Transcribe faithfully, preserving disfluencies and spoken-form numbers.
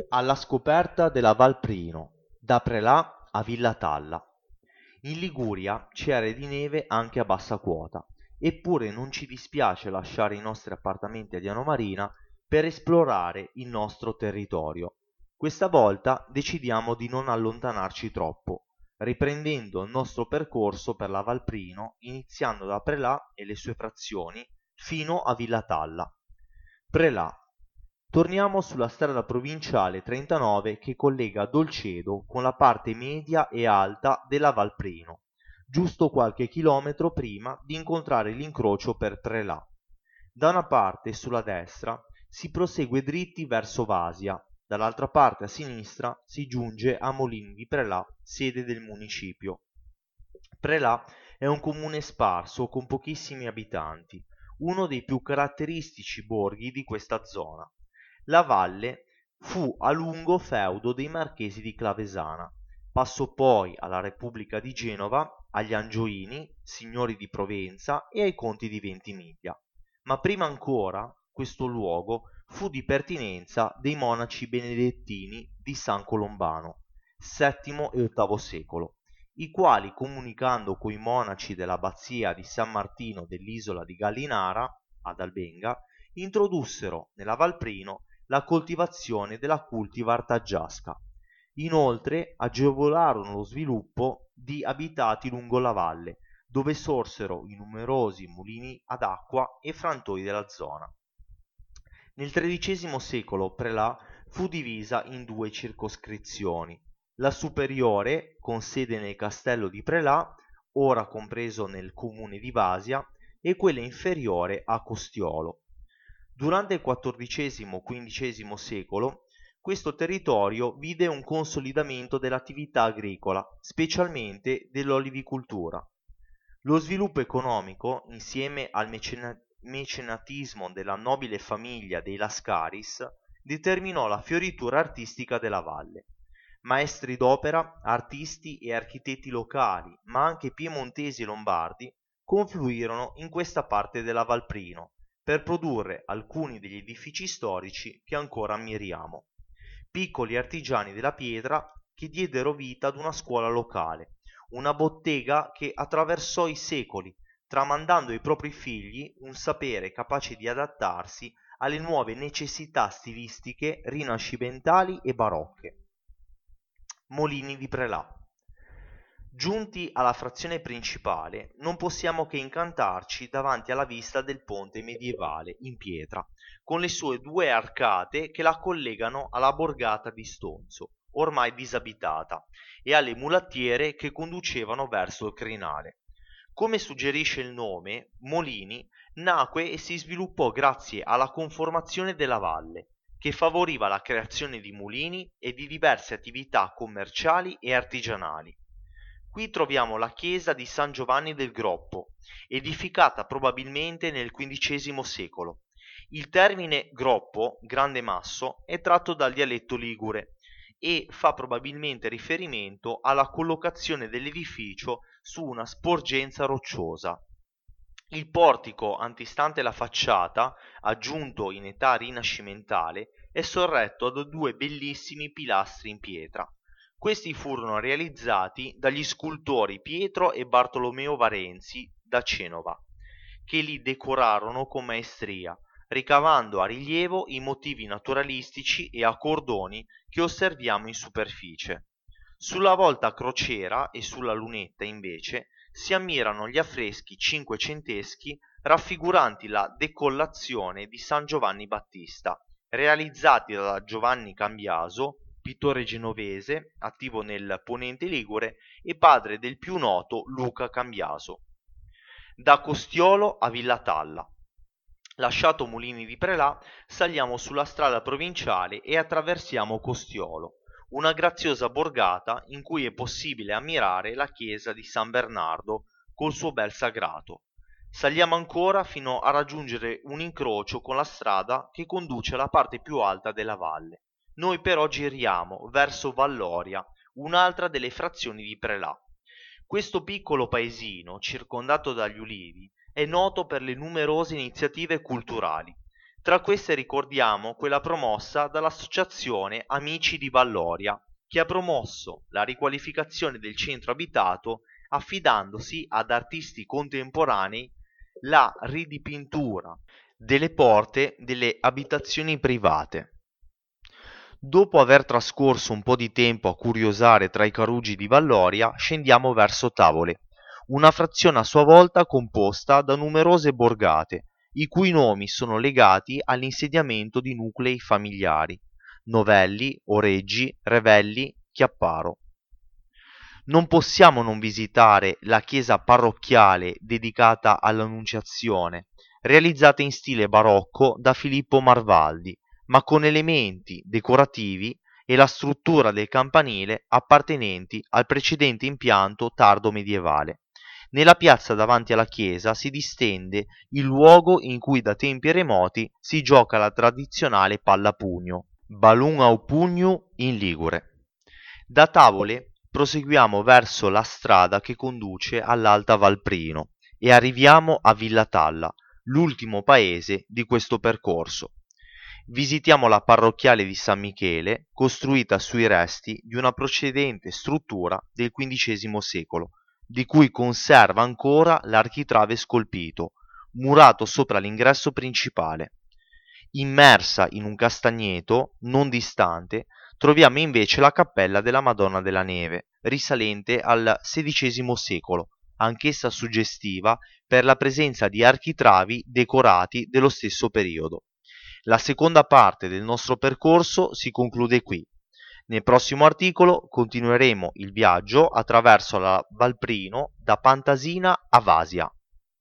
alla scoperta della Val Prino, da Prelà a Villa Talla. In Liguria c'era di neve anche a bassa quota, eppure non ci dispiace lasciare i nostri appartamenti a Diano Marina per esplorare il nostro territorio. Questa volta decidiamo di non allontanarci troppo, riprendendo il nostro percorso per la Val Prino, iniziando da Prelà e le sue frazioni fino a Villa Talla. Prelà. Torniamo sulla strada provinciale trentanove che collega Dolcedo con la parte media e alta della Val Prino, giusto qualche chilometro prima di incontrare l'incrocio per Prelà. Da una parte, sulla destra, si prosegue dritti verso Vasia, dall'altra parte a sinistra si giunge a Molini di Prelà, sede del municipio. Prelà è un comune sparso con pochissimi abitanti, uno dei più caratteristici borghi di questa zona. La valle fu a lungo feudo dei marchesi di Clavesana, passò poi alla Repubblica di Genova, agli Angioini, signori di Provenza e ai conti di Ventimiglia. Ma prima ancora questo luogo fu di pertinenza dei monaci benedettini di San Colombano, settimo e ottavo secolo, i quali, comunicando coi monaci dell'abbazia di San Martino dell'isola di Gallinara, ad Albenga, introdussero nella Val Prino la coltivazione della cultivar taggiasca. Inoltre agevolarono lo sviluppo di abitati lungo la valle, dove sorsero i numerosi mulini ad acqua e frantoi della zona. Nel tredicesimo secolo Prelà fu divisa in due circoscrizioni, la superiore, con sede nel castello di Prelà, ora compreso nel comune di Vasia, e quella inferiore a Costiolo. Durante il quattordicesimo-quindicesimo secolo questo territorio vide un consolidamento dell'attività agricola, specialmente dell'olivicoltura. Lo sviluppo economico, insieme al mecena- mecenatismo della nobile famiglia dei Lascaris, determinò la fioritura artistica della valle. Maestri d'opera, artisti e architetti locali, ma anche piemontesi e lombardi, confluirono in questa parte della Val Prino per produrre alcuni degli edifici storici che ancora ammiriamo. Piccoli artigiani della pietra che diedero vita ad una scuola locale, una bottega che attraversò i secoli, tramandando ai propri figli un sapere capace di adattarsi alle nuove necessità stilistiche rinascimentali e barocche. Molini di Prelà. Giunti alla frazione principale, non possiamo che incantarci davanti alla vista del ponte medievale in pietra, con le sue due arcate che la collegano alla borgata di Stonzo, ormai disabitata, e alle mulattiere che conducevano verso il crinale. Come suggerisce il nome, Molini nacque e si sviluppò grazie alla conformazione della valle, che favoriva la creazione di mulini e di diverse attività commerciali e artigianali. Qui troviamo la chiesa di San Giovanni del Groppo, edificata probabilmente nel quindicesimo secolo. Il termine groppo, grande masso, è tratto dal dialetto ligure e fa probabilmente riferimento alla collocazione dell'edificio su una sporgenza rocciosa. Il portico antistante la facciata, aggiunto in età rinascimentale, è sorretto da due bellissimi pilastri in pietra. Questi furono realizzati dagli scultori Pietro e Bartolomeo Varenzi da Genova, che li decorarono con maestria, ricavando a rilievo i motivi naturalistici e a cordoni che osserviamo in superficie. Sulla volta a crociera e sulla lunetta, invece, si ammirano gli affreschi cinquecenteschi raffiguranti la decollazione di San Giovanni Battista, realizzati da Giovanni Cambiaso, pittore genovese, attivo nel Ponente Ligure e padre del più noto Luca Cambiaso. Da Costiolo a Villa Talla. Lasciato Molini di Prelà, saliamo sulla strada provinciale e attraversiamo Costiolo, una graziosa borgata in cui è possibile ammirare la chiesa di San Bernardo col suo bel sagrato. Saliamo ancora fino a raggiungere un incrocio con la strada che conduce alla parte più alta della valle. Noi però giriamo verso Valloria, un'altra delle frazioni di Prelà. Questo piccolo paesino, circondato dagli ulivi, è noto per le numerose iniziative culturali. Tra queste ricordiamo quella promossa dall'Associazione Amici di Valloria, che ha promosso la riqualificazione del centro abitato affidandosi ad artisti contemporanei la ridipintura delle porte delle abitazioni private. Dopo aver trascorso un po' di tempo a curiosare tra i carugi di Valloria, scendiamo verso Tavole, una frazione a sua volta composta da numerose borgate, i cui nomi sono legati all'insediamento di nuclei familiari: Novelli, Oreggi, Revelli, Chiapparo. Non possiamo non visitare la chiesa parrocchiale dedicata all'Annunciazione, realizzata in stile barocco da Filippo Marvaldi, ma con elementi decorativi e la struttura del campanile appartenenti al precedente impianto tardo medievale. Nella piazza davanti alla chiesa si distende il luogo in cui da tempi remoti si gioca la tradizionale pallapugno, balun au pugnu in ligure. Da Tavole proseguiamo verso la strada che conduce all'Alta Valprino e arriviamo a Villatalla, l'ultimo paese di questo percorso. Visitiamo la parrocchiale di San Michele, costruita sui resti di una precedente struttura del quindicesimo secolo, di cui conserva ancora l'architrave scolpito, murato sopra l'ingresso principale. Immersa in un castagneto non distante, troviamo invece la cappella della Madonna della Neve, risalente al sedicesimo secolo, anch'essa suggestiva per la presenza di architravi decorati dello stesso periodo. La seconda parte del nostro percorso si conclude qui. Nel prossimo articolo continueremo il viaggio attraverso la Valprino da Pantasina a Vasia.